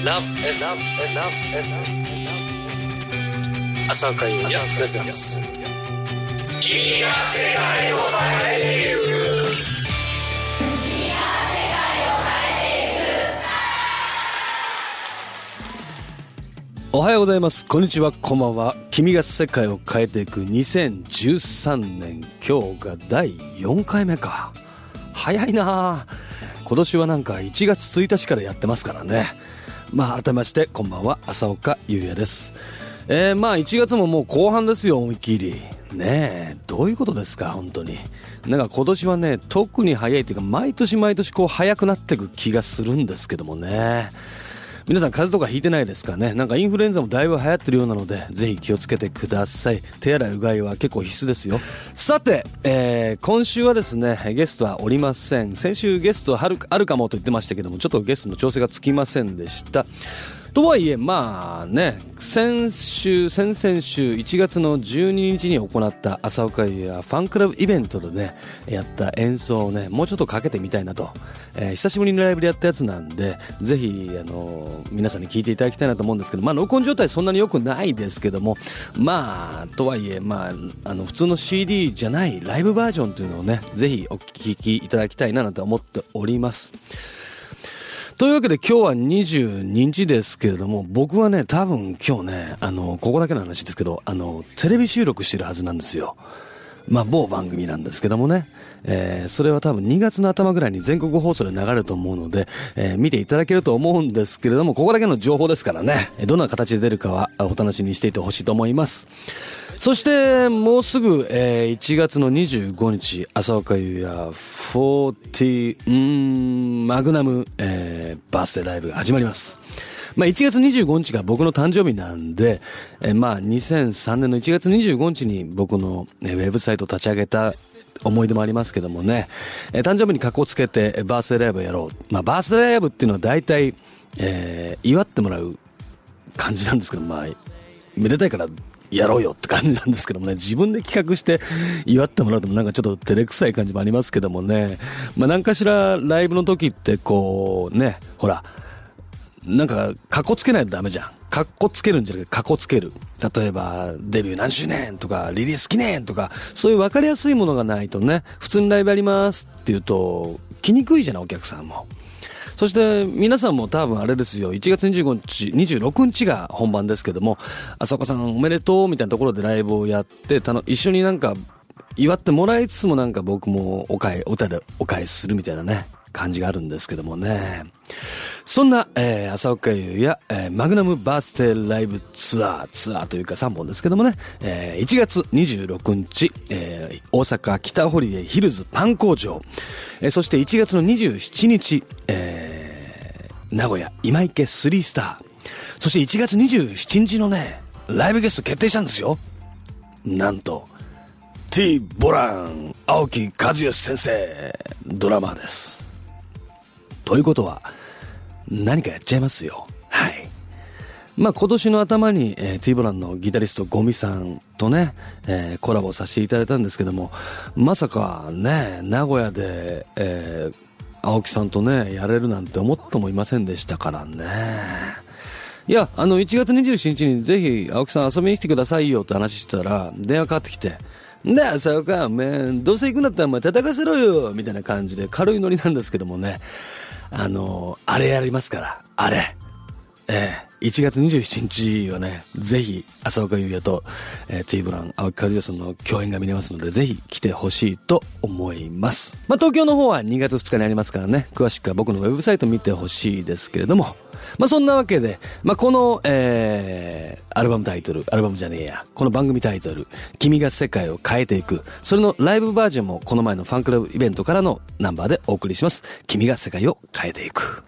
朝岡優也プレゼンツ。 君が世界を変えてゆく。 おはようございます。こんにちは、こんばんは。君が世界を変えていく2013年、今日が第4回目か。早いな。今年はなんか1月1日からやってますからね。改めましてこんばんは、朝岡優也です。1月ももう後半ですよ、思いっきりね。どういうことですか、本当に。なんか今年はね、特に早いというか、毎年こう早くなっていく気がするんですけどもね。皆さん風邪とかひいてないですかね。なんかインフルエンザもだいぶ流行ってるようなので、ぜひ気をつけてください。手洗いうがいは結構必須ですよ。さて、今週はですね、ゲストはおりません。先週ゲストはあるかもと言ってましたけども、ちょっとゲストの調整がつきませんでした。とはいえ先々週1月の12日に行った朝岡優也ファンクラブイベントでね、やった演奏をね、もうちょっとかけてみたいなと、久しぶりにライブでやったやつなんで、ぜひ皆さんに聴いていただきたいなと思うんですけど、録音状態そんなに良くないですけども、とはいえ普通の CD じゃないライブバージョンというのをね、ぜひお聴きいただきたいなと思っております。というわけで今日は22日ですけれども、僕はね、多分今日ね、ここだけの話ですけど、テレビ収録してるはずなんですよ。某番組なんですけどもね、それは多分2月の頭ぐらいに全国放送で流れると思うので、見ていただけると思うんですけれども、ここだけの情報ですからね、どんな形で出るかはお楽しみにしていてほしいと思います。そしてもうすぐ、1月の25日朝岡優也40マグナム、バースデーライブが始まります。1月25日が僕の誕生日なんで、2003年の1月25日に僕の、ウェブサイトを立ち上げた思い出もありますけどもね、誕生日に格好つけてバースデーライブをやろう。バースデーライブっていうのは大体、祝ってもらう感じなんですけど、めでたいからやろうよって感じなんですけどもね、自分で企画して祝ってもらうともなんかちょっと照れくさい感じもありますけどもね、何かしらライブの時ってこうね、ほらなんかカッコつけないとダメじゃん。カッコつけるんじゃなくてカッコつける。例えばデビュー何周年とかリリース記念とか、そういう分かりやすいものがないとね、普通にライブやりますって言うと来にくいじゃない、お客さんも。そして皆さんも多分あれですよ、1月25日26日が本番ですけども、朝岡さんおめでとうみたいなところでライブをやって、一緒になんか祝ってもらいつつも、なんか僕も歌でお返しするみたいなね感じがあるんですけどもね。そんな、朝岡優也、マグナムバースデーライブツアーというか3本ですけどもね、1月26日、大阪北ホリデーヒルズパン工場、そして1月の27日、名古屋今池3スター、そして1月27日のね、ライブゲスト決定したんですよ。なんと T ボラン青木和義先生、ドラマーです。ということは何かやっちゃいますよ。はい。今年の頭に、T ボランのギタリストゴミさんとね、コラボさせていただいたんですけども、まさかね、名古屋で、青木さんとねやれるなんて思ってもいませんでしたからね。いや、1月27日にぜひ青木さん遊びに来てくださいよって話してたら、電話かかってきて、で朝岡お前どうせ行くんだったらお前叩かせろよみたいな感じで、軽いノリなんですけどもね、あれやりますから、あれ1月27日はね、ぜひ朝岡優也と、T ボラン青木和義さんの共演が見れますので、ぜひ来てほしいと思います。東京の方は2月2日にありますからね、詳しくは僕のウェブサイト見てほしいですけれども、そんなわけで、この、アルバムじゃねえや、この番組タイトル、君が世界を変えていく、それのライブバージョンもこの前のファンクラブイベントからのナンバーでお送りします。君が世界を変えていく。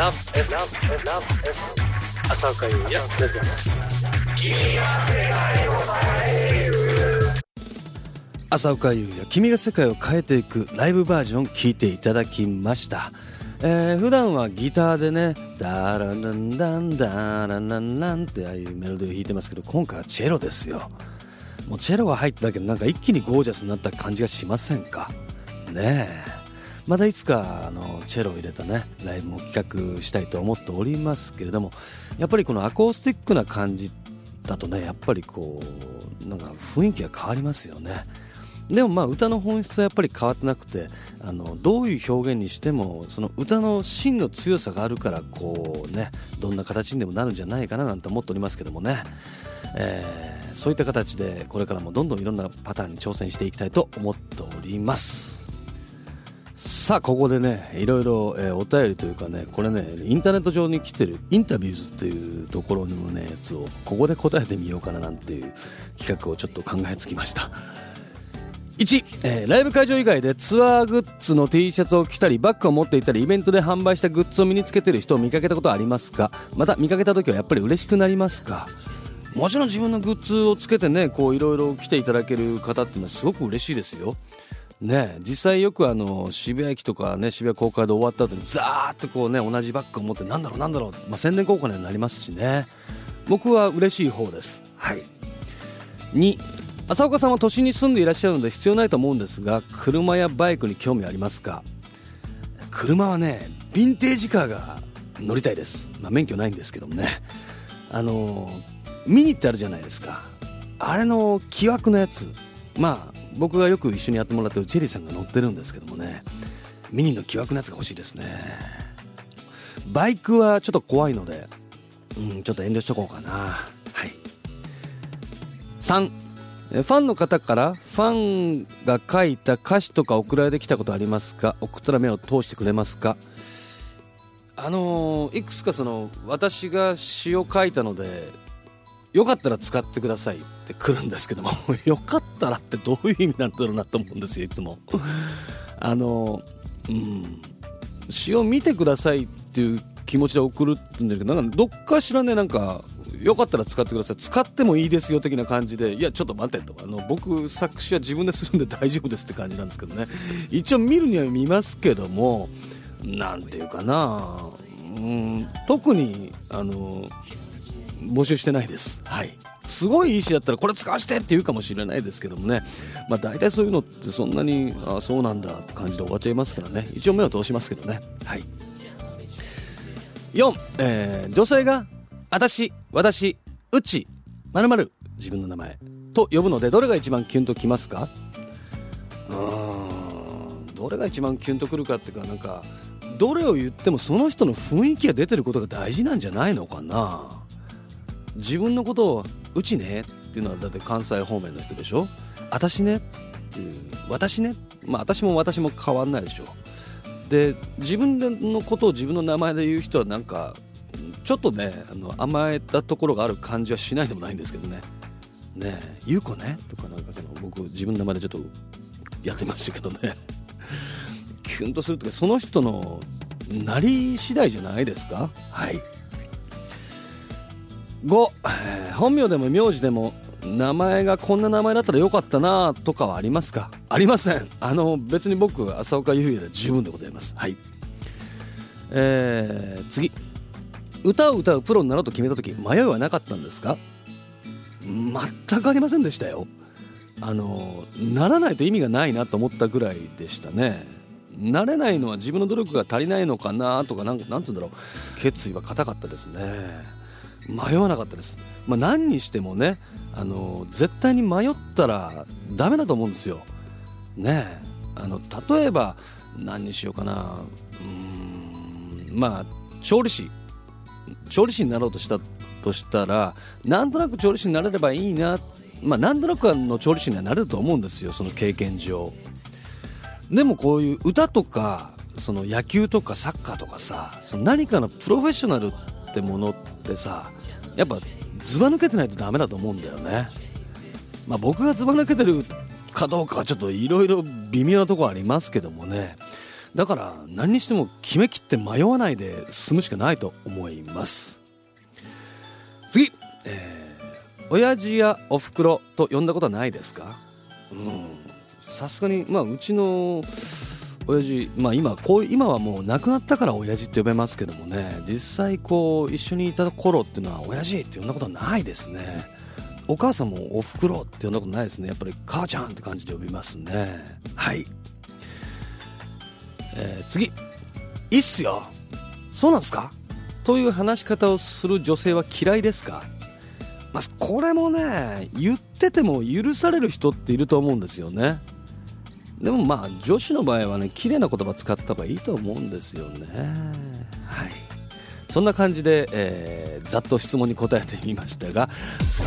ラブ F 浅岡優也プレゼンツ浅岡優也君が世界を変えていくライブバージョン聞いていただきました。普段はギターでねダラランダンダラランランってああいうメロディーを弾いてますけど、今回はチェロですよ。もうチェロが入っただけでなんか一気にゴージャスになった感じがしませんかねえ。またいつかチェロを入れたねライブも企画したいと思っておりますけれども、やっぱりこのアコースティックな感じだとねやっぱりこうなんか雰囲気が変わりますよね。でもまあ歌の本質はやっぱり変わってなくて、どういう表現にしてもその歌の芯の強さがあるからこうねどんな形にでもなるんじゃないかななんて思っておりますけどもね、そういった形でこれからもどんどんいろんなパターンに挑戦していきたいと思っております。さあここでねいろいろお便りというかね、これねインターネット上に来てるインタビューズっていうところのねやつをここで答えてみようかななんていう企画をちょっと考えつきました。1、ライブ会場以外でツアーグッズの T シャツを着たりバッグを持っていたりイベントで販売したグッズを身につけている人を見かけたことはありますか？また見かけた時はやっぱり嬉しくなりますか？もちろん自分のグッズをつけてねこういろいろ来ていただける方っていうのはすごく嬉しいですよね。実際よく渋谷駅とかね渋谷公会で終わった後にザーッとこうね同じバッグを持ってなんだろう、宣伝効果になりますしね。僕は嬉しい方です。はい。2、浅岡さんは都心に住んでいらっしゃるので必要ないと思うんですが車やバイクに興味ありますか？車はねヴィンテージカーが乗りたいです。免許ないんですけどもねミニってあるじゃないですか。あれの木枠のやつ、僕がよく一緒にやってもらってるチェリーさんが乗ってるんですけどもね、ミニの木枠のやつが欲しいですね。バイクはちょっと怖いのでちょっと遠慮しとこうかな。はい。3、ファンの方からファンが書いた歌詞とか送られてきたことありますか？送ったら目を通してくれますか？いくつか私が詩を書いたのでよかったら使ってくださいって来るんですけどもよかったらってどういう意味なんだろうなと思うんですよいつも詩を見てくださいっていう気持ちで送るって言うんだけど、なんかどっかしらねなんかよかったら使ってください、使ってもいいですよ的な感じで、いやちょっと待ってと、僕作詞は自分でするんで大丈夫ですって感じなんですけどね。一応見るには見ますけどもなんていうかな、特に募集してないです。はい。すごいいい詩だったらこれ使わせてって言うかもしれないですけどもね、大体そういうのってそんなにそうなんだって感じで終わっちゃいますからね。一応目を通しますけどね。はい。4、女性が私、うち、〇〇自分の名前と呼ぶのでどれが一番キュンときますか？どれが一番キュンとくるかっていうか、なんかどれを言ってもその人の雰囲気が出てることが大事なんじゃないのかな。自分のことをうちねっていうのはだって関西方面の人でしょ。私ねっていう私ね、私も変わんないでしょ。で自分のことを自分の名前で言う人はなんかちょっとね甘えたところがある感じはしないでもないんですけどね。ねえゆうこねとかなんか僕自分の名前でちょっとやってましたけどねキュンとするってその人のなり次第じゃないですか。はい。5、本名でも名字でも名前がこんな名前だったらよかったなとかはありますか？ありません。別に僕は浅岡優也で十分でございます。はい。次、歌を歌うプロになろうと決めた時迷いはなかったんですか？全くありませんでしたよ。ならないと意味がないなと思ったぐらいでしたね。なれないのは自分の努力が足りないのかなとかなんて言うんだろう、決意は固かったですね。迷わなかったです。何にしてもね絶対に迷ったらダメだと思うんですよね。例えば何にしようかな、調理師になろうとしたらなんとなく調理師になれればいいな、なんとなく調理師にはなれると思うんですよ、その経験上。でもこういう歌とか野球とかサッカーとかさ、何かのプロフェッショナルってものってさやっぱずば抜けてないとダメだと思うんだよね。僕がずば抜けてるかどうかはちょっといろいろ微妙なところありますけどもね。 だから何にしても決めきって迷わないで進むしかないと思います。次、親父やおふくろと呼んだことはないですか？さすがにうちの親父、今はもう亡くなったから親父って呼べますけどもね、実際一緒にいた頃っていうのは親父って呼んだことはないですね。お母さんもおふくろって呼んだことないですね。やっぱり母ちゃんって感じで呼びますね。はい。次、いいっすよ、そうなんすかという話し方をする女性は嫌いですか？これもね、言ってても許される人っていると思うんですよね。でも女子の場合はね、綺麗な言葉使った方がいいと思うんですよね。はい。そんな感じで、ざっと質問に答えてみましたが、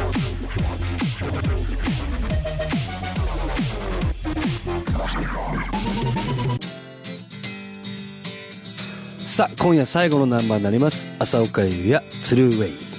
さあ今夜最後のナンバーになります。浅岡優也トゥルーウェイ。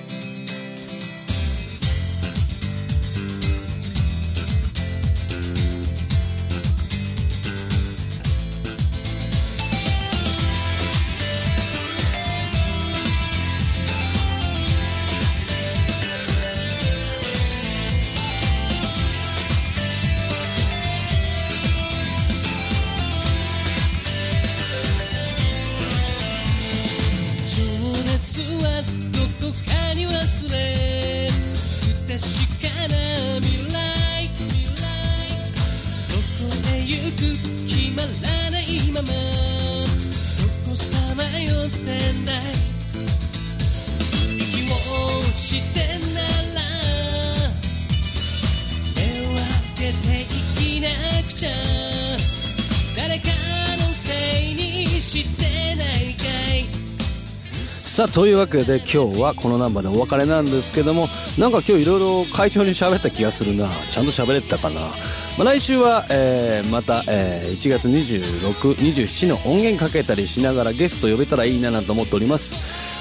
さあというわけで今日はこのナンバーでお別れなんですけども、なんか今日いろいろ会長に喋った気がするな。ちゃんと喋れてたかな。来週は、また、1月26、27の音源かけたりしながらゲスト呼べたらいいなと思っております。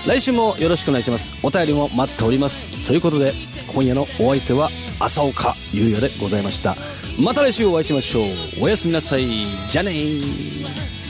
来週もよろしくお願いします。お便りも待っております。ということで今夜のお相手は浅岡優也でございました。また来週お会いしましょう。おやすみなさい。じゃあねー。